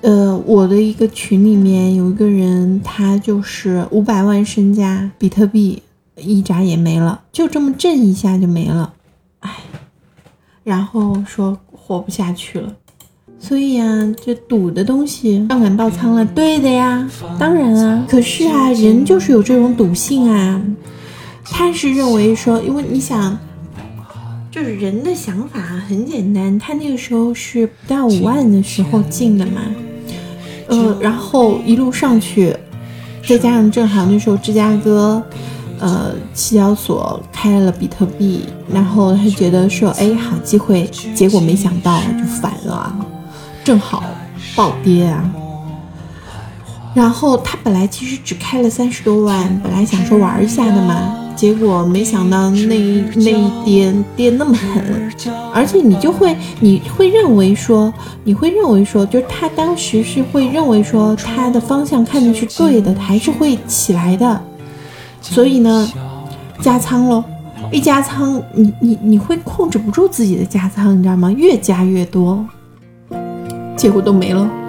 我的一个群里面有一个人，他就是500万身家，比特币一眨眼没了，就这么震一下就没了，然后说活不下去了。所以啊，这赌的东西上赶爆仓了，对的呀，当然啊。可是啊，人就是有这种赌性啊，他是认为说，因为你想，就是人的想法很简单，他那个时候是不到5万的时候进的嘛，然后一路上去，再加上正好那时候芝加哥期交所开了比特币，然后他觉得说好机会，结果没想到就反了啊，正好暴跌啊。然后他本来其实只开了30多万，本来想说玩一下的嘛，结果没想到那一跌那么狠，而且你会认为说，就是他当时是会认为说他的方向看的是对的，还是会起来的，所以呢加仓咯，一加仓你会控制不住自己的加仓，你知道吗？越加越多，结果都没了。